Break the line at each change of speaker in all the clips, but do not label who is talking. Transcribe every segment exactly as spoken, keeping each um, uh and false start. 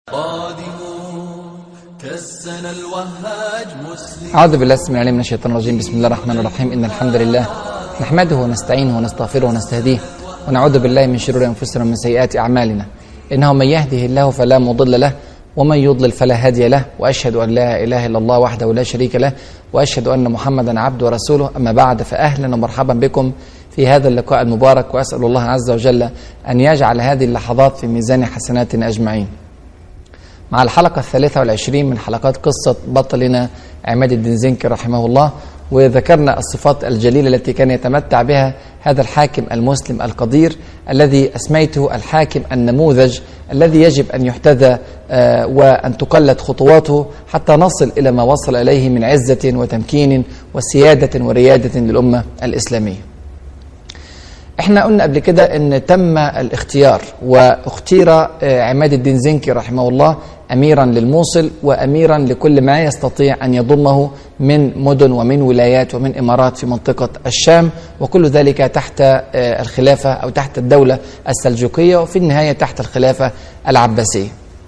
أعوذ بالله السميع العليم من الشيطان الرجيم. بسم الله الرحمن الرحيم. إن الحمد لله نحمده ونستعينه ونستغفره ونستهديه ونعوذ بالله من شرور أنفسنا ومن سيئات أعمالنا. إنه من يهده الله فلا مضل له ومن يضلل فلا هادي له، وأشهد أن لا إله إلا الله وحده لا شريك له، وأشهد أن محمدا عبده ورسوله. أما بعد، فأهلا ومرحبا بكم في هذا اللقاء المبارك، وأسأل الله عز وجل أن يجعل هذه اللحظات في ميزان حسناتنا أجمعين. مع الحلقة الثالثة والعشرين من حلقات قصة بطلنا عماد الدين زنكي رحمه الله، وذكرنا الصفات الجليلة التي كان يتمتع بها هذا الحاكم المسلم القدير الذي أسميته الحاكم النموذج الذي يجب أن يحتذى وأن تقلد خطواته حتى نصل إلى ما وصل إليه من عزة وتمكين وسيادة وريادة للأمة الإسلامية. احنا قلنا قبل كده ان تم الاختيار واختير عماد الدين زنكي رحمه الله اميرا للموصل واميرا لكل ما يستطيع ان يضمه من مدن ومن ولايات ومن امارات في منطقة الشام، وكل ذلك تحت الخلافة او تحت الدولة السلجوقية، وفي النهاية تحت الخلافة العباسية.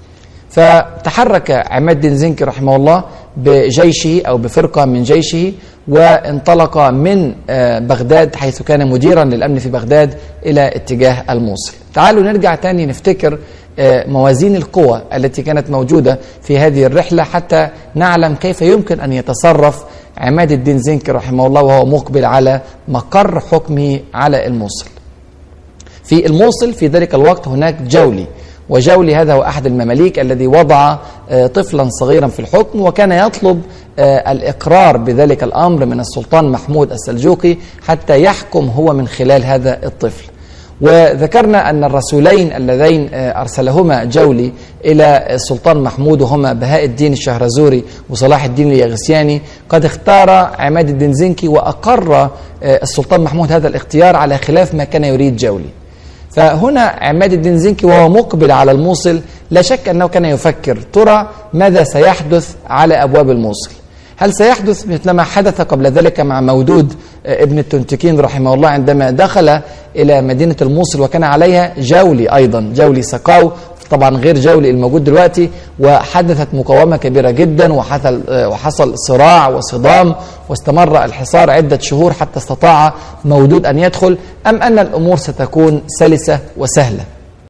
فتحرك عماد الدين زنكي رحمه الله بجيشه أو بفرقة من جيشه، وانطلق من بغداد حيث كان مديرا للأمن في بغداد إلى اتجاه الموصل. تعالوا نرجع تاني نفتكر موازين القوى التي كانت موجودة في هذه الرحلة حتى نعلم كيف يمكن أن يتصرف عماد الدين زنكي رحمه الله وهو مقبل على مقر حكمه على الموصل. في الموصل في ذلك الوقت هناك جولي، وجولي هذا هو أحد المماليك الذي وضع طفلا صغيرا في الحكم، وكان يطلب الإقرار بذلك الأمر من السلطان محمود السلجوقي حتى يحكم هو من خلال هذا الطفل. وذكرنا أن الرسولين اللذين أرسلهما جولي إلى السلطان محمود وهما بهاء الدين الشهرزوري وصلاح الدين اليغسياني قد اختار عماد الدين زنكي، وأقر السلطان محمود هذا الاختيار على خلاف ما كان يريد جولي. فهنا عماد الدين زنكي وهو مقبل على الموصل لا شك أنه كان يفكر ترى ماذا سيحدث على أبواب الموصل. هل سيحدث مثل ما حدث قبل ذلك مع مودود ابن التنتكين رحمه الله عندما دخل إلى مدينة الموصل وكان عليها جولي أيضا، جولي سقاو طبعا غير جولي الموجود دلوقتي، وحدثت مقاومة كبيرة جدا وحصل وحصل صراع وصدام واستمر الحصار عدة شهور حتى استطاع مودود أن يدخل، أم أن الأمور ستكون سلسة وسهلة؟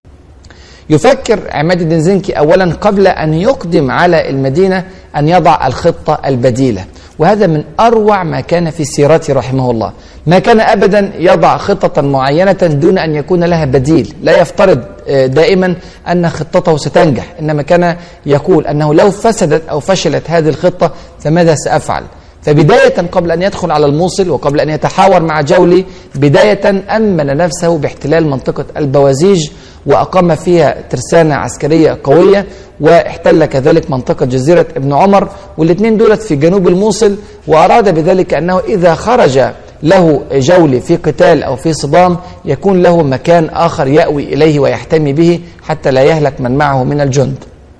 يفكر عماد الدين زنكي أولا قبل أن يقدم على المدينة أن يضع الخطة البديلة، وهذا من أروع ما كان في سيرته رحمه الله. ما كان أبدا يضع خطة معينة دون أن يكون لها بديل، لا يفترض دائما أن خطته ستنجح، إنما كان يقول أنه لو فسدت أو فشلت هذه الخطة فماذا سأفعل؟ فبداية قبل أن يدخل على الموصل وقبل أن يتحاور مع جولي، بداية أمن نفسه باحتلال منطقة البوازيج وأقام فيها ترسانة عسكرية قوية، واحتل كذلك منطقة جزيرة ابن عمر، والاثنين دولت في جنوب الموصل، وأراد بذلك أنه إذا خرج له جولي في قتال أو في صدام يكون له مكان آخر يأوي إليه ويحتمي به حتى لا يهلك من معه من الجند.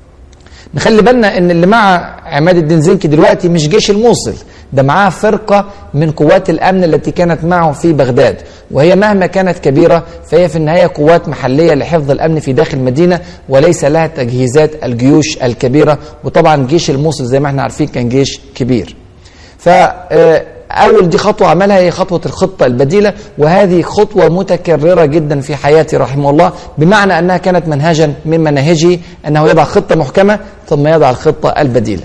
نخلي بالنا ان اللي مع عماد الدين زنكي دلوقتي مش جيش الموصل، ده معاه فرقة من قوات الأمن التي كانت معه في بغداد، وهي مهما كانت كبيرة فهي في النهاية قوات محلية لحفظ الأمن في داخل المدينة، وليس لها تجهيزات الجيوش الكبيرة. وطبعا جيش الموصل زي ما احنا عارفين كان جيش كبير. ف أول دي خطوة عملها هي خطوة الخطة البديلة، وهذه خطوة متكررة جدا في حياته رحمه الله، بمعنى أنها كانت منهجا من مناهجه أنه يضع خطة محكمة ثم يضع الخطة البديلة.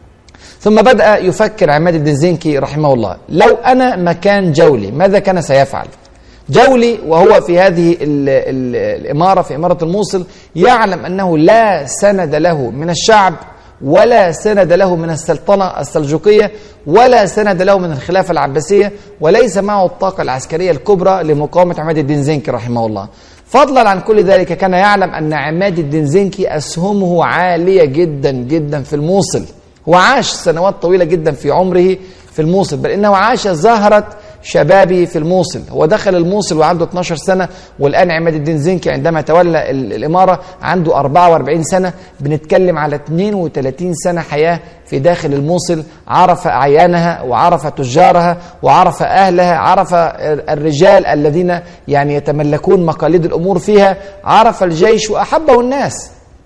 ثم بدأ يفكر عماد الدين زنكي رحمه الله، لو أنا مكان جولي ماذا كان سيفعل؟ جولي وهو في هذه ال ال الإمارة في إمارة الموصل يعلم أنه لا سند له من الشعب ولا سند له من السلطنة السلجوقية ولا سند له من الخلافة العباسية، وليس معه الطاقة العسكرية الكبرى لمقاومة عماد الدين زنكي رحمه الله. فضلا عن كل ذلك كان يعلم أن عماد الدين زنكي أسهمه عالية جدا جدا في الموصل، وعاش سنوات طويلة جدا في عمره في الموصل، بل إنه عاش زهرة شبابه في الموصل. هو دخل الموصل وعنده اثناشر سنة، والآن عماد الدين زنكي عندما تولى الإمارة عنده أربعة وأربعين سنة. بنتكلم على اثنين وثلاثين سنة حياة في داخل الموصل، عرف أعيانها وعرف تجارها وعرف أهلها، عرف الرجال الذين يعني يتملكون مقاليد الأمور فيها، عرف الجيش وأحبه الناس.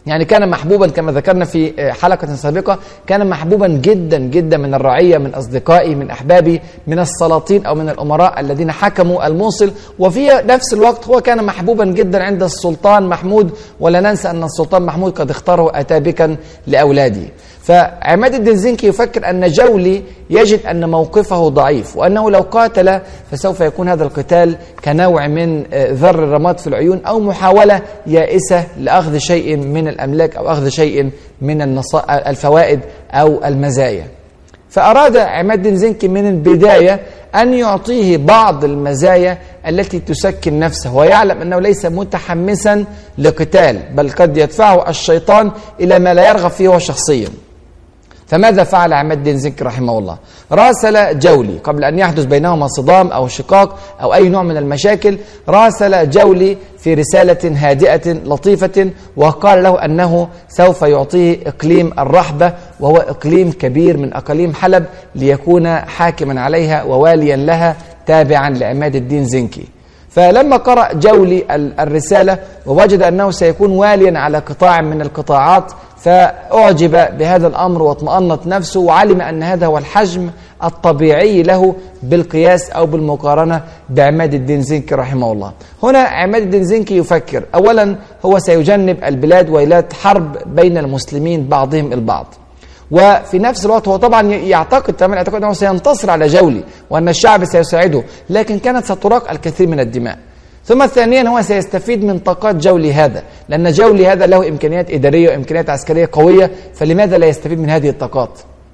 يعني كان محبوبا كما ذكرنا في حلقة سابقة، كان محبوبا جدا جدا من الرعية، من أصدقائه، من أحبابه، من السلاطين أو من الأمراء الذين حكموا الموصل. وفي نفس الوقت هو كان محبوبا جدا عند السلطان محمود، ولا ننسى أن السلطان محمود قد اختاره أتابكا لأولاده. فعماد الدين زنكي يفكر أن جولي يجد أن موقفه ضعيف، وأنه لو قاتل فسوف يكون هذا القتال كنوع من ذر الرماد في العيون، أو محاولة يائسة لأخذ شيء من الأملاك أو أخذ شيء من الفوائد أو المزايا. فأراد عماد الدين زنكي من البداية أن يعطيه بعض المزايا التي تسكن نفسه، ويعلم أنه ليس متحمسا لقتال، بل قد يدفعه الشيطان إلى ما لا يرغب فيه هو شخصيا. فماذا فعل عماد الدين زنكي رحمه الله؟ راسل جولي قبل أن يحدث بينهما صدام أو شقاق أو أي نوع من المشاكل. راسل جولي في رسالة هادئة لطيفة، وقال له أنه سوف يعطيه إقليم الرحبة، وهو إقليم كبير من أقاليم حلب، ليكون حاكما عليها وواليا لها تابعا لعماد الدين زنكي. فلما قرأ جولي الرسالة ووجد أنه سيكون واليا على قطاع من القطاعات، فأعجب بهذا الأمر واطمأنت نفسه، وعلم أن هذا هو الحجم الطبيعي له بالقياس أو بالمقارنة بعماد الدين زنكي رحمه الله. هنا عماد الدين زنكي يفكر أولا هو سيجنب البلاد ويلات حرب بين المسلمين بعضهم البعض، وفي نفس الوقت هو طبعا يعتقد تماما اعتقد أنه سينتصر على جولي وأن الشعب سيساعده، لكن كانت ستراق الكثير من الدماء. ثم ثانيا هو سيستفيد من طاقات جولي هذا، لأن جولي هذا له إمكانيات إدارية وإمكانيات عسكرية قوية، فلماذا لا يستفيد من هذه الطاقات؟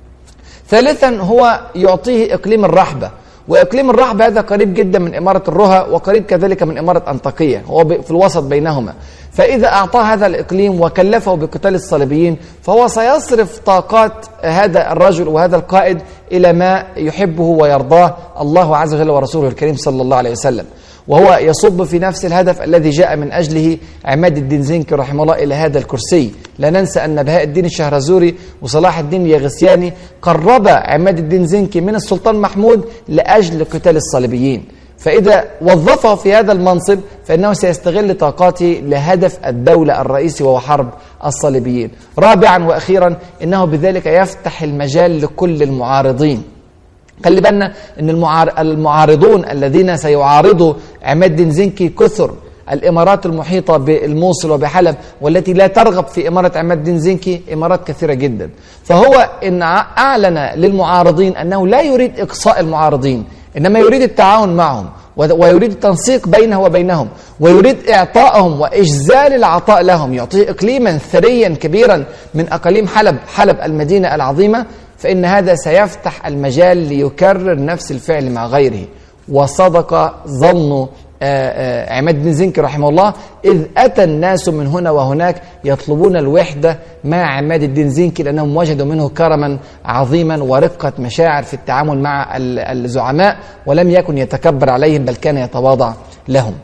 ثالثا هو يعطيه إقليم الرحبة، وإقليم الرحبة هذا قريب جدا من إمارة الرها، وقريب كذلك من إمارة أنطاكية، هو في الوسط بينهما. فإذا أعطاه هذا الإقليم وكلفه بقتال الصليبيين، فهو سيصرف طاقات هذا الرجل وهذا القائد إلى ما يحبه ويرضاه الله عز وجل ورسوله الكريم صلى الله عليه وسلم، وهو يصب في نفس الهدف الذي جاء من أجله عماد الدين زنكي رحمه الله إلى هذا الكرسي. لا ننسى أن بهاء الدين الشهرزوري وصلاح الدين اليغسياني قرب عماد الدين زنكي من السلطان محمود لأجل قتال الصليبيين، فإذا وظفه في هذا المنصب فإنه سيستغل طاقاته لهدف الدولة الرئيسي وهو حرب الصليبيين. رابعا وأخيرا إنه بذلك يفتح المجال لكل المعارضين. خلي بالنا ان المعارضون الذين سيعارضوا عماد الدين زنكي كثر، الامارات المحيطه بالموصل وبحلب والتي لا ترغب في اماره عماد الدين زنكي امارات كثيره جدا. فهو ان اعلن للمعارضين انه لا يريد اقصاء المعارضين، انما يريد التعاون معهم ويريد التنسيق بينه وبينهم، ويريد اعطائهم واجزال العطاء لهم، يعطيه اقليما ثريا كبيرا من اقاليم حلب، حلب المدينه العظيمه، فإن هذا سيفتح المجال ليكرر نفس الفعل مع غيره. وصدق ظن عماد الدين زنكي رحمه الله إذ أتى الناس من هنا وهناك يطلبون الوحدة مع عماد الدين زنكي، لأنهم وجدوا منه كرما عظيما ورقة مشاعر في التعامل مع الزعماء، ولم يكن يتكبر عليهم بل كان يتواضع لهم.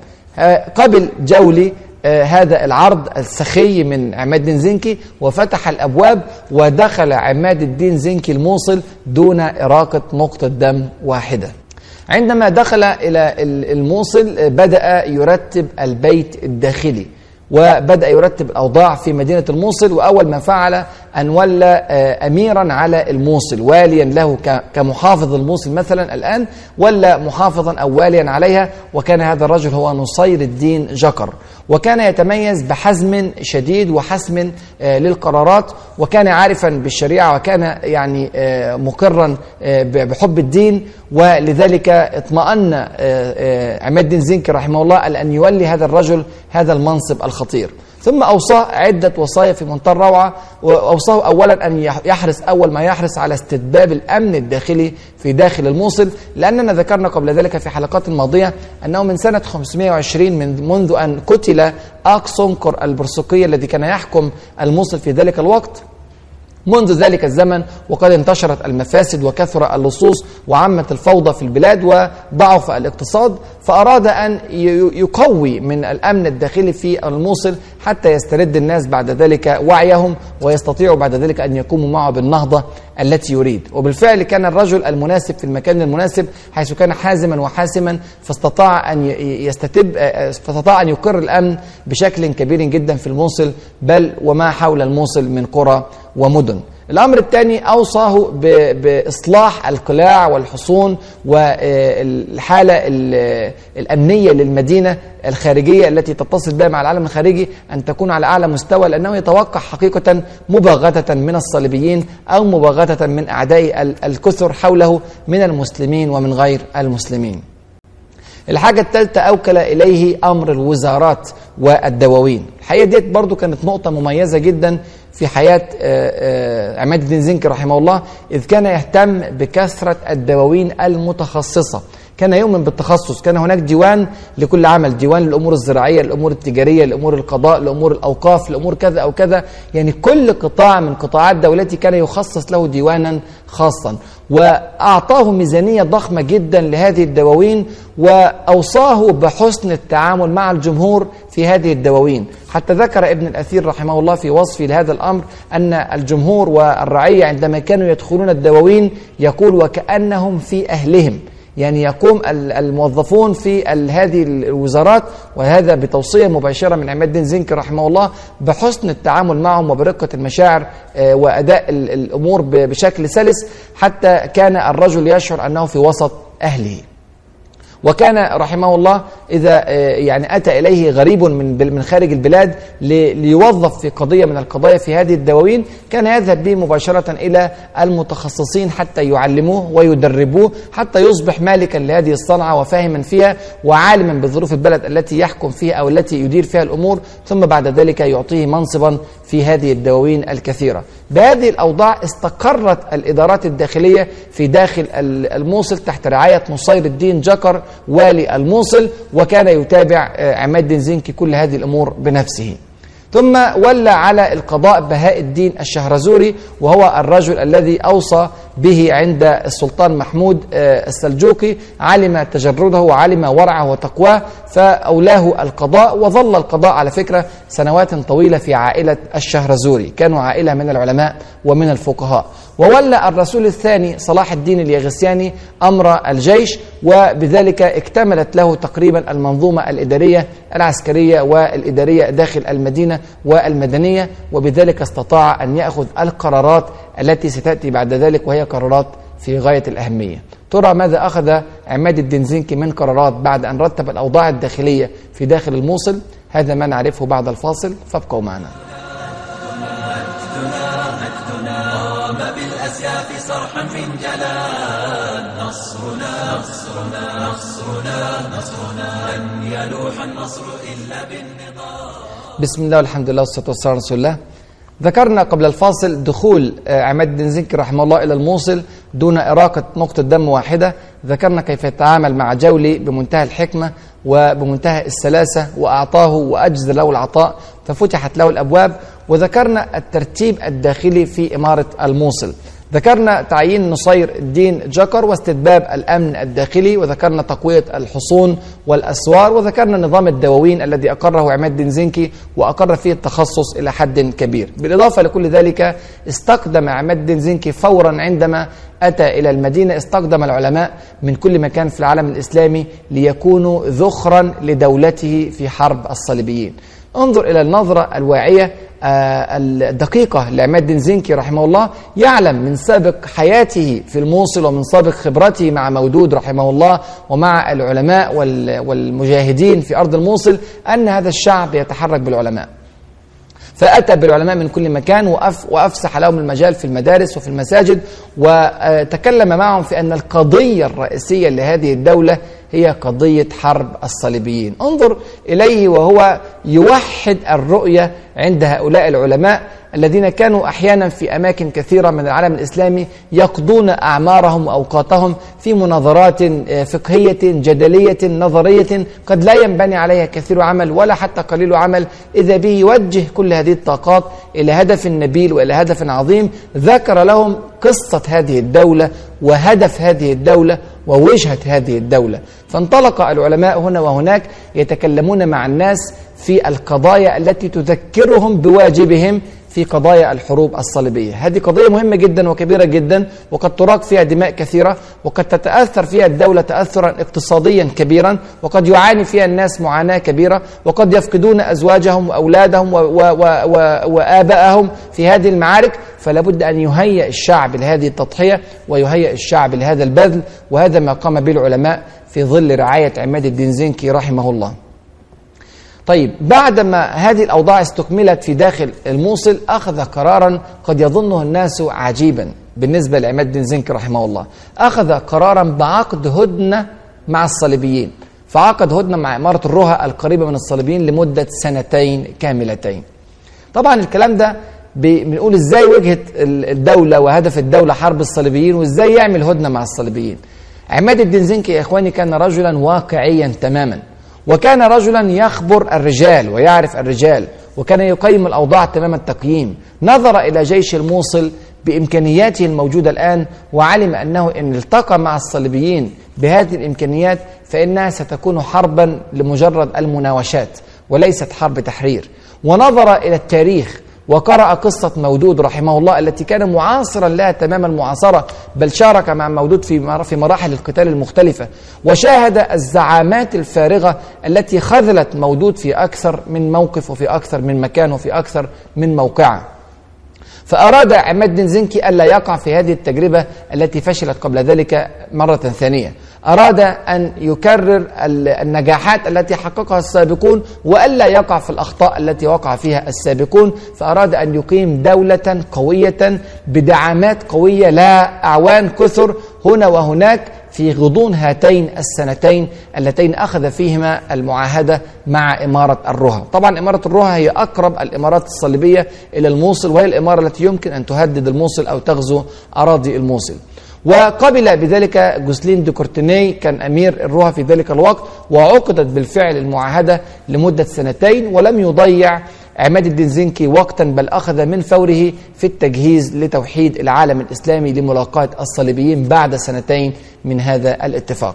قبل جولي آه هذا العرض السخي من عماد الدين زنكي وفتح الأبواب، ودخل عماد الدين زنكي الموصل دون إراقة نقطة دم واحدة. عندما دخل إلى الموصل بدأ يرتب البيت الداخلي، وبدأ يرتب الأوضاع في مدينة الموصل، وأول ما فعل أن ولى أميرا على الموصل واليا له كمحافظ الموصل مثلا، الآن ولى محافظا أو واليا عليها، وكان هذا الرجل هو نصير الدين جكر، وكان يتميز بحزم شديد وحسم للقرارات، وكان عارفا بالشريعة، وكان يعني مقرا بحب الدين، ولذلك اطمأن عماد الدين زنكي رحمه الله أن يولي هذا الرجل هذا المنصب الخطير. ثم أوصاه عدة وصايا في منتهى الروعة، وأوصاه أولا أن يحرص أول ما يحرص على استتباب الأمن الداخلي في داخل الموصل، لأننا ذكرنا قبل ذلك في حلقات ماضية أنه من سنة خمسمائة وعشرين من منذ أن قتل آقصنقر البرسقي الذي كان يحكم الموصل في ذلك الوقت، منذ ذلك الزمن وقد انتشرت المفاسد وكثر اللصوص وعمت الفوضى في البلاد وضعف الاقتصاد، فأراد أن يقوي من الأمن الداخلي في الموصل حتى يسترد الناس بعد ذلك وعيهم، ويستطيعوا بعد ذلك أن يقوموا معه بالنهضة التي يريد. وبالفعل كان الرجل المناسب في المكان المناسب، حيث كان حازما وحاسما، فاستطاع أن يستتب فاستطاع أن يقر الأمن بشكل كبير جدا في الموصل، بل وما حول الموصل من قرى ومدن. الأمر الثاني أوصاه بإصلاح القلاع والحصون والحالة الأمنية للمدينة الخارجية التي تتصل بها مع العالم الخارجي أن تكون على أعلى مستوى، لأنه يتوقع حقيقة مباغتة من الصليبيين أو مباغتة من أعداء الكثر حوله من المسلمين ومن غير المسلمين. الحاجة الثالثة أوكل إليه أمر الوزارات والدواوين. الحقيقة ديت برضو كانت نقطة مميزة جدا في حياة عماد الدين زنكي رحمه الله، إذ كان يهتم بكثرة الدواوين المتخصصة، كان يؤمن بالتخصص. كان هناك ديوان لكل عمل، ديوان للأمور الزراعية، الأمور التجارية، الأمور القضاء، الأمور الأوقاف، الأمور كذا أو كذا، يعني كل قطاع من قطاعات دولته كان يخصص له ديوانا خاصا، وأعطاه ميزانية ضخمة جدا لهذه الدواوين، وأوصاه بحسن التعامل مع الجمهور في هذه الدواوين. حتى ذكر ابن الأثير رحمه الله في وصفه لهذا الأمر أن الجمهور والرعية عندما كانوا يدخلون الدواوين يقول وكأنهم في أهلهم، يعني يقوم الموظفون في هذه الوزارات، وهذا بتوصية مباشرة من عماد الدين زنكي رحمه الله، بحسن التعامل معهم وبرقة المشاعر وأداء الأمور بشكل سلس، حتى كان الرجل يشعر أنه في وسط أهله. وكان رحمه الله إذا يعني أتى إليه غريب من من خارج البلاد ليوظف في قضية من القضايا في هذه الدواوين، كان يذهب به مباشرة إلى المتخصصين حتى يعلموه ويدربوه، حتى يصبح مالكا لهذه الصنعة وفاهما فيها وعالما بظروف البلد التي يحكم فيها أو التي يدير فيها الأمور، ثم بعد ذلك يعطيه منصبا في هذه الدواوين الكثيرة. بهذه الأوضاع استقرت الإدارات الداخلية في داخل الموصل تحت رعاية نصير الدين جكر والي الموصل، وكان يتابع عماد الدين زنكي كل هذه الأمور بنفسه. ثم ولى على القضاء بهاء الدين الشهرزوري، وهو الرجل الذي أوصى به عند السلطان محمود السلجوقي، علم تجرده وعلم ورعه وتقواه، فأولاه القضاء. وظل القضاء على فكرة سنوات طويلة في عائلة الشهرزوري، كانوا عائلة من العلماء ومن الفقهاء. وولى الرسول الثاني صلاح الدين اليغسياني أمر الجيش، وبذلك اكتملت له تقريبا المنظومة الإدارية العسكرية والإدارية داخل المدينة والمدنية، وبذلك استطاع أن يأخذ القرارات التي ستأتي بعد ذلك، وهي قرارات في غاية الأهمية. ترى ماذا أخذ عماد الدين زنكي من قرارات بعد أن رتب الأوضاع الداخلية في داخل الموصل؟ هذا ما نعرفه بعد الفاصل، فابقوا معنا.
بالأسياف صرحا من جلال، نصرنا نصرنا نصرنا نصرنا لن يلوح النصر إلا بالنضال.
بسم الله والحمد لله والصلاة والسلام على رسول الله. ذكرنا قبل الفاصل دخول عماد الدين زنكي رحمه الله إلى الموصل دون إراقة نقطة دم واحدة. ذكرنا كيف يتعامل مع جولي بمنتهى الحكمة وبمنتهى السلاسة، وأعطاه وأجزل له العطاء ففتحت له الأبواب. وذكرنا الترتيب الداخلي في إمارة الموصل. ذكرنا تعيين نصير الدين جكر واستتباب الأمن الداخلي، وذكرنا تقوية الحصون والأسوار، وذكرنا نظام الدواوين الذي أقره عماد الدين زنكي وأقر فيه التخصص إلى حد كبير. بالإضافة لكل ذلك استقدم عماد الدين زنكي فورا عندما أتى إلى المدينة، استقدم العلماء من كل مكان في العالم الإسلامي ليكونوا ذخرا لدولته في حرب الصليبيين. انظر إلى النظرة الواعية الدقيقة لعماد الدين زنكي رحمه الله، يعلم من سابق حياته في الموصل ومن سابق خبرته مع مودود رحمه الله ومع العلماء والمجاهدين في أرض الموصل أن هذا الشعب يتحرك بالعلماء، فأتى بالعلماء من كل مكان وأفسح لهم المجال في المدارس وفي المساجد، وتكلم معهم في أن القضية الرئيسية لهذه الدولة هي قضية حرب الصليبيين. انظر إليه وهو يوحد الرؤية عند هؤلاء العلماء الذين كانوا أحيانا في أماكن كثيرة من العالم الإسلامي يقضون أعمارهم وأوقاتهم في مناظرات فقهية جدلية نظرية قد لا ينبني عليها كثير عمل ولا حتى قليل عمل، إذا به يوجه كل هذه الطاقات إلى هدف نبيل وإلى هدف عظيم. ذكر لهم قصة هذه الدولة وهدف هذه الدولة ووجهة هذه الدولة، فانطلق العلماء هنا وهناك يتكلمون مع الناس في القضايا التي تذكرهم بواجبهم في في قضايا الحروب الصليبية. هذه قضية مهمة جدا وكبيرة جدا، وقد تراق فيها دماء كثيرة، وقد تتأثر فيها الدولة تأثرا اقتصاديا كبيرا، وقد يعاني فيها الناس معاناة كبيرة، وقد يفقدون أزواجهم وأولادهم وآبائهم في هذه المعارك. فلا بد أن يهيئ الشعب لهذه التضحية ويهيئ الشعب لهذا البذل، وهذا ما قام به العلماء في ظل رعاية عماد الدين زنكي رحمه الله. طيب، بعدما هذه الأوضاع استكملت في داخل الموصل، أخذ قرارا قد يظنه الناس عجيبا بالنسبة لعماد الدين زنكي رحمه الله. أخذ قرارا بعقد هدنة مع الصليبيين، فعقد هدنة مع إمارة الرها القريبة من الصليبيين لمدة سنتين كاملتين. طبعا الكلام ده بنقول ازاي وجهة الدولة وهدف الدولة حرب الصليبيين، وازاي يعمل هدنة مع الصليبيين. عماد الدين زنكي يا إخواني كان رجلا واقعيا تماما، وكان رجلا يخبر الرجال ويعرف الرجال، وكان يقيم الأوضاع تمام التقييم. نظر إلى جيش الموصل بإمكانياته الموجودة الآن، وعلم أنه إن التقى مع الصليبيين بهذه الإمكانيات فإنها ستكون حربا لمجرد المناوشات وليست حرب تحرير. ونظر إلى التاريخ وقرأ قصة مودود رحمه الله التي كان معاصرا لها تمام المعاصرة، بل شارك مع مودود في في مراحل القتال المختلفة، وشاهد الزعامات الفارغة التي خذلت مودود في أكثر من موقف وفي أكثر من مكان وفي أكثر من موقع. فأراد عماد الدين زنكي ألا يقع في هذه التجربة التي فشلت قبل ذلك مرة ثانية. أراد أن يكرر النجاحات التي حققها السابقون وألا يقع في الأخطاء التي وقع فيها السابقون. فأراد أن يقيم دولة قوية بدعامات قوية، لا أعوان كثر هنا وهناك في غضون هاتين السنتين اللتين أخذ فيهما المعاهدة مع إمارة الرها. طبعا إمارة الرها هي أقرب الإمارات الصليبية إلى الموصل، وهي الإمارة التي يمكن أن تهدد الموصل أو تغزو أراضي الموصل. وقبل بذلك جوسلين دي كورتيني كان أمير الرها في ذلك الوقت، وعقدت بالفعل المعاهدة لمدة سنتين، ولم يضيع عماد الدين زنكي وقتا، بل أخذ من فوره في التجهيز لتوحيد العالم الإسلامي لملاقاة الصليبيين بعد سنتين من هذا الاتفاق.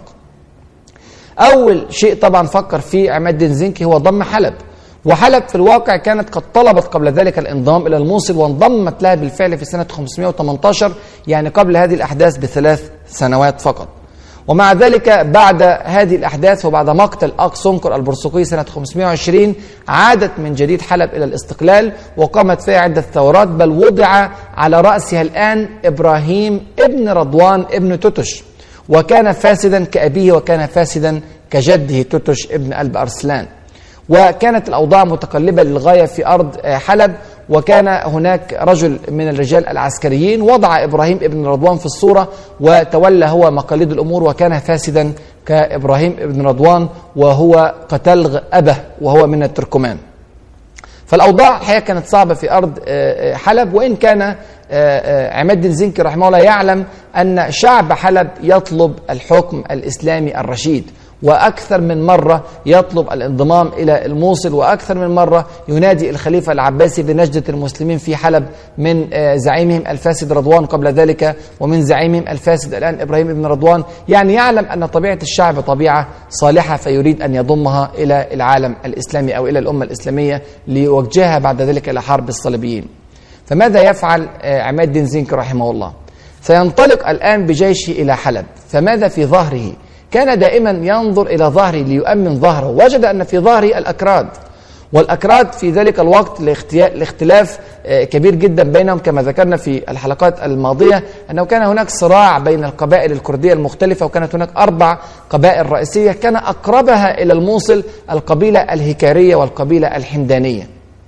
أول شيء طبعا فكر فيه عماد الدين زنكي هو ضم حلب، وحلب في الواقع كانت قد طلبت قبل ذلك الانضمام إلى الموصل، وانضمت لها بالفعل في سنة خمسمائة وثمانية عشر، يعني قبل هذه الأحداث بثلاث سنوات فقط. ومع ذلك بعد هذه الأحداث وبعد مقتل أقصنكر البرسقي سنة خمسمائة وعشرين عادت من جديد حلب إلى الاستقلال، وقامت فيها عدة ثورات، بل وضع على رأسها الآن إبراهيم ابن رضوان ابن توتش، وكان فاسدا كأبيه وكان فاسدا كجده توتش ابن ألب أرسلان. وكانت الأوضاع متقلبة للغاية في أرض حلب، وكان هناك رجل من الرجال العسكريين وضع إبراهيم ابن رضوان في الصورة، وتولى هو مقاليد الأمور، وكان فاسدا كإبراهيم ابن رضوان، وهو قتلغ أبه وهو من التركمان. فالأوضاع الحقيقة كانت صعبة في أرض حلب، وإن كان عماد الدين زنكي رحمه الله يعلم أن شعب حلب يطلب الحكم الإسلامي الرشيد، وأكثر من مرة يطلب الانضمام إلى الموصل، وأكثر من مرة ينادي الخليفة العباسي بنجدة المسلمين في حلب من زعيمهم الفاسد رضوان قبل ذلك، ومن زعيمهم الفاسد الآن إبراهيم ابن رضوان. يعني يعلم أن طبيعة الشعب طبيعة صالحة، فيريد أن يضمها إلى العالم الإسلامي أو إلى الأمة الإسلامية ليوجهها بعد ذلك إلى حرب الصليبيين. فماذا يفعل عماد الدين زنكي رحمه الله؟ سينطلق الآن بجيشه إلى حلب، فماذا في ظهره؟ كان دائما ينظر إلى ظهره ليؤمن ظهره، وجد أن في ظهره الأكراد، والأكراد في ذلك الوقت لاختلاف كبير جدا بينهم، كما ذكرنا في الحلقات الماضية أنه كان هناك صراع بين القبائل الكردية المختلفة، وكانت هناك أربع قبائل رئيسية، كان أقربها إلى الموصل القبيلة الهكارية والقبيلة الحمدانية.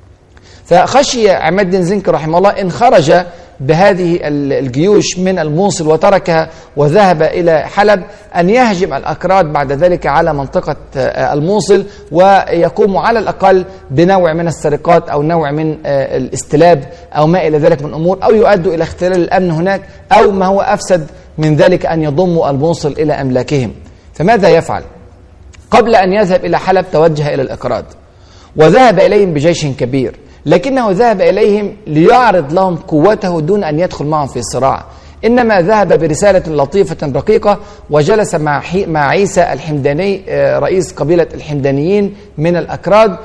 فخشي عماد الدين زنكي رحمه الله إن خرج بهذه الجيوش من الموصل وتركها وذهب إلى حلب أن يهجم الأكراد بعد ذلك على منطقة الموصل، ويقوم على الأقل بنوع من السرقات أو نوع من الاستلاب أو ما إلى ذلك من أمور، أو يؤدوا إلى اختلال الأمن هناك، أو ما هو أفسد من ذلك أن يضموا الموصل إلى أملاكهم. فماذا يفعل؟ قبل أن يذهب إلى حلب توجه إلى الأكراد وذهب إليهم بجيش كبير، لكنه ذهب إليهم ليعرض لهم قوته دون أن يدخل معهم في صراع. إنما ذهب برسالة لطيفة رقيقة وجلس مع مع عيسى الحمداني رئيس قبيلة الحمدانيين من الأكراد،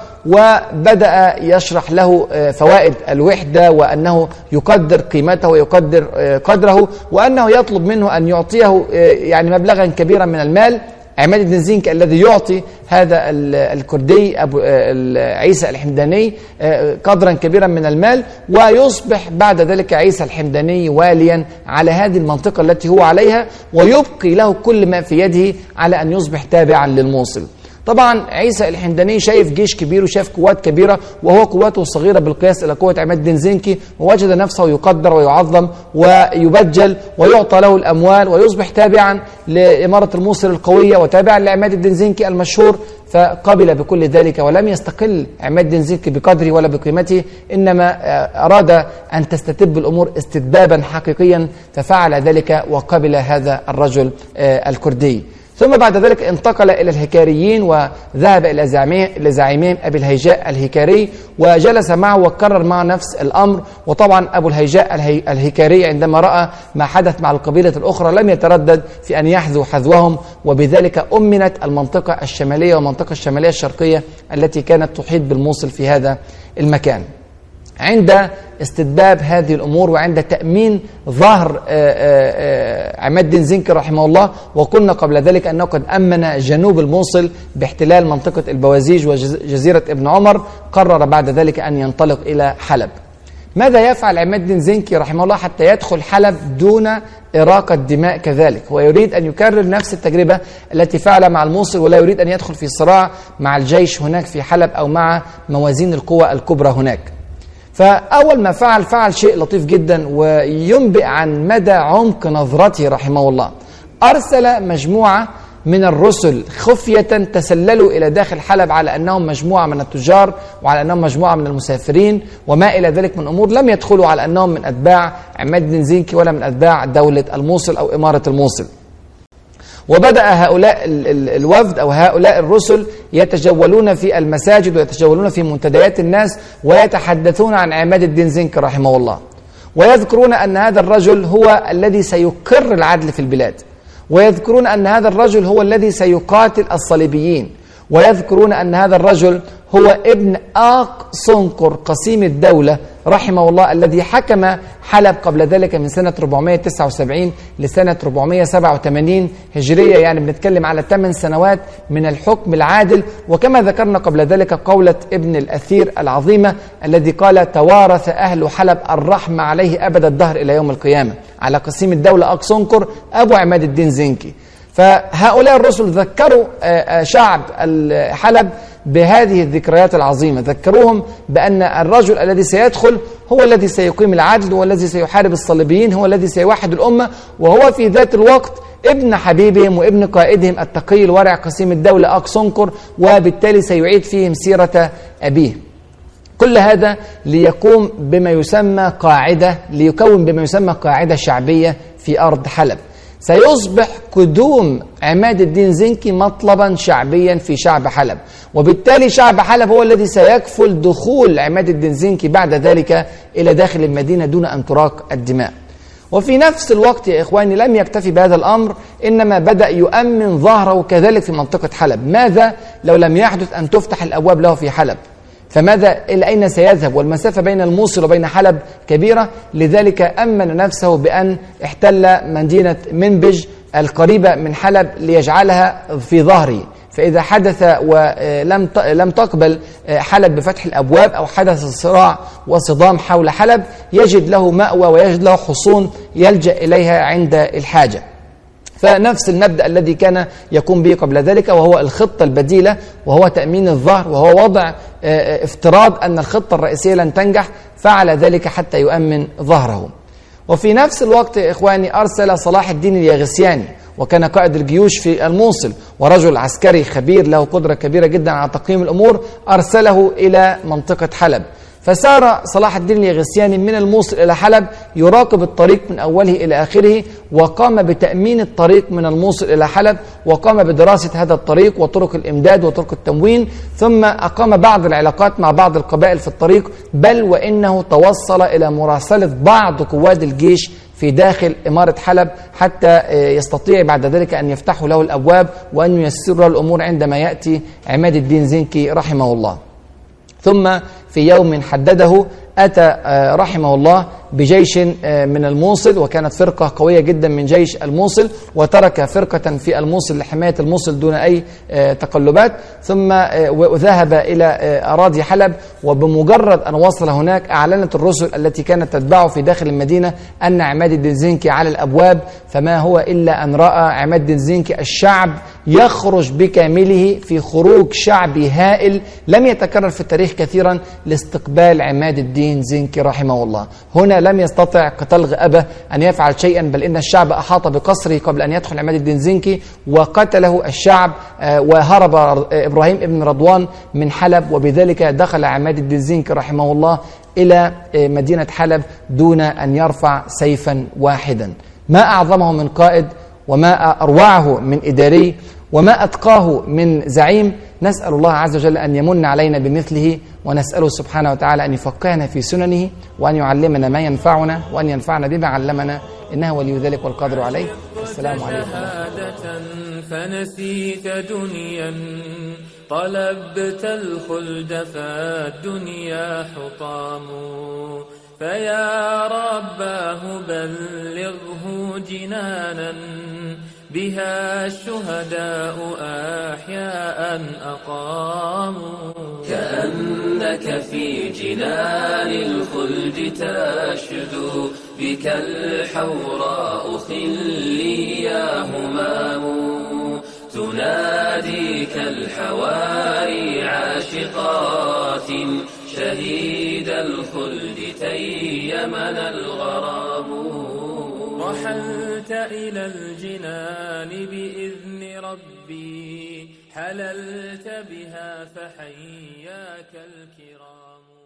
وبدأ يشرح له فوائد الوحدة، وأنه يقدر قيمته ويقدر قدره، وأنه يطلب منه أن يعطيه يعني مبلغا كبيرا من المال. عماد الدين زنكي الذي يعطي هذا الكردي أبو عيسى الحمداني قدرا كبيرا من المال، ويصبح بعد ذلك عيسى الحمداني واليا على هذه المنطقة التي هو عليها، ويبقي له كل ما في يده على أن يصبح تابعا للموصل. طبعا عيسى الحمداني شايف جيش كبير وشايف قوات كبيرة، وهو قواته صغيرة بالقياس إلى قوة عماد الدين زنكي، ووجد نفسه يقدر ويعظم ويبجل ويعطى له الأموال، ويصبح تابعا لإمارة الموصل القوية وتابعا لعماد الدين زنكي المشهور. فقبل بكل ذلك، ولم يستقل عماد الدين زنكي بقدره ولا بقيمته، إنما أراد أن تستتب الأمور استتبابا حقيقيا، ففعل ذلك وقبل هذا الرجل الكردي. ثم بعد ذلك انتقل إلى الهكاريين وذهب إلى زعيمهم أبي الهيجاء الهكاري، وجلس معه وكرر معه نفس الأمر. وطبعا أبو الهيجاء الهكاري عندما رأى ما حدث مع القبيلة الأخرى لم يتردد في أن يحذو حذوهم، وبذلك أمنت المنطقة الشمالية والمنطقة الشمالية الشرقية التي كانت تحيط بالموصل في هذا المكان. عند استتباب هذه الأمور وعند تأمين ظهر عماد الدين زنكي رحمه الله، وقلنا قبل ذلك أنه قد أمن جنوب الموصل باحتلال منطقة البوازيج وجزيرة ابن عمر، قرر بعد ذلك أن ينطلق إلى حلب. ماذا يفعل عماد الدين زنكي رحمه الله حتى يدخل حلب دون إراقة دماء كذلك؟ ويريد أن يكرر نفس التجربة التي فعلها مع الموصل، ولا يريد أن يدخل في صراع مع الجيش هناك في حلب أو مع موازين القوى الكبرى هناك. فأول ما فعل فعل شيء لطيف جدا وينبئ عن مدى عمق نظرته رحمه الله. أرسل مجموعة من الرسل خفية تسللوا إلى داخل حلب على أنهم مجموعة من التجار وعلى أنهم مجموعة من المسافرين وما إلى ذلك من أمور، لم يدخلوا على أنهم من أتباع عماد الدين زنكي ولا من أتباع دولة الموصل أو إمارة الموصل. وبدأ هؤلاء الوفد أو هؤلاء الرسل يتجولون في المساجد ويتجولون في منتديات الناس ويتحدثون عن عماد الدين زنكي رحمه الله، ويذكرون أن هذا الرجل هو الذي سيقر العدل في البلاد، ويذكرون أن هذا الرجل هو الذي سيقاتل الصليبيين، ويذكرون أن هذا الرجل هو ابن آق صنقر قسيم الدولة رحمه الله الذي حكم حلب قبل ذلك من سنة أربعمائة وتسعة وسبعين لسنة أربعمائة وسبعة وثمانين هجرية، يعني بنتكلم على ثمان سنوات من الحكم العادل. وكما ذكرنا قبل ذلك قولة ابن الأثير العظيمة الذي قال: توارث أهل حلب الرحمة عليه أبد الدهر إلى يوم القيامة، على قسيم الدولة آق صنقر أبو عماد الدين زنكي. فهؤلاء الرسل ذكروا شعب حلب بهذه الذكريات العظيمة، ذكروهم بأن الرجل الذي سيدخل هو الذي سيقيم العدل، هو الذي سيحارب الصليبيين، هو الذي سيوحد الأمة، وهو في ذات الوقت ابن حبيبهم وابن قائدهم التقي الورع قسيم الدولة آق صنقر، وبالتالي سيعيد فيهم سيرة أبيه. كل هذا ليقوم بما يسمى قاعدة ليكون بما يسمى قاعدة شعبية في أرض حلب. سيصبح قدوم عماد الدين زنكي مطلبا شعبيا في شعب حلب، وبالتالي شعب حلب هو الذي سيكفل دخول عماد الدين زنكي بعد ذلك إلى داخل المدينة دون أن تراق الدماء. وفي نفس الوقت يا إخواني لم يكتفي بهذا الأمر، إنما بدأ يؤمن ظهره كذلك في منطقة حلب. ماذا لو لم يحدث أن تفتح الأبواب له في حلب؟ فماذا إلى أين سيذهب؟ والمسافة بين الموصل وبين حلب كبيرة، لذلك أمن نفسه بأن احتل مدينة منبج القريبة من حلب ليجعلها في ظهره، فإذا حدث ولم لم تقبل حلب بفتح الأبواب أو حدث صراع وصدام حول حلب يجد له مأوى ويجد له حصون يلجأ إليها عند الحاجة. فنفس المبدأ الذي كان يقوم به قبل ذلك، وهو الخطة البديلة، وهو تأمين الظهر، وهو وضع افتراض أن الخطة الرئيسية لن تنجح، فعل ذلك حتى يؤمن ظهره. وفي نفس الوقت يا إخواني أرسل صلاح الدين الياغسياني، وكان قائد الجيوش في الموصل ورجل عسكري خبير له قدرة كبيرة جدا على تقييم الأمور، أرسله إلى منطقة حلب. فسار صلاح الدين الياغسياني من الموصل إلى حلب يراقب الطريق من أوله إلى آخره، وقام بتأمين الطريق من الموصل إلى حلب، وقام بدراسة هذا الطريق وطرق الإمداد وطرق التموين، ثم أقام بعض العلاقات مع بعض القبائل في الطريق، بل وإنه توصل إلى مراسلة بعض قواد الجيش في داخل إمارة حلب حتى يستطيع بعد ذلك أن يفتحوا له الأبواب وأن ييسروا له الأمور عندما يأتي عماد الدين زنكي رحمه الله. ثم في يوم حدده أتى رحمه الله بجيش من الموصل، وكانت فرقة قوية جدا من جيش الموصل، وترك فرقة في الموصل لحماية الموصل دون أي تقلبات، ثم ذهب إلى أراضي حلب. وبمجرد أن وصل هناك أعلنت الرسل التي كانت تتبعه في داخل المدينة أن عماد الدين زنكي على الأبواب، فما هو إلا أن رأى عماد الدين زنكي الشعب يخرج بكامله في خروج شعبي هائل لم يتكرر في التاريخ كثيرا لاستقبال عماد الدين زنكي رحمه الله. هنا لم يستطع قتلغ أبه أن يفعل شيئا، بل إن الشعب أحاط بقصره قبل أن يدخل عماد الدين زنكي وقتله الشعب، وهرب إبراهيم ابن رضوان من حلب، وبذلك دخل عماد الدين زنكي رحمه الله إلى مدينة حلب دون أن يرفع سيفا واحدا. ما أعظمه من قائد، وما أروعه من إداري، وما أتقاه من زعيم. نسأل الله عز وجل أن يمن علينا بمثله، ونسأله سبحانه وتعالى أن يفقهنا في سننه، وأن يعلمنا ما ينفعنا، وأن ينفعنا بما علمنا، إنه ولي ذلك والقادر عليه. السلام عليكم.
فنسيت دنيا طلبت الخلد فالدنيا حطام، فيا رباه بلغه جنانا بها الشهداء أحياء أقاموا. كأنك في جنان الخلد تشدو بك الحوراء خلي يا همام، تناديك الحواري عاشقات شهيد الخلد تيمنا الغرام. رحلت إلى الجنان بإذن ربي، حللت بها فحياك الكرام.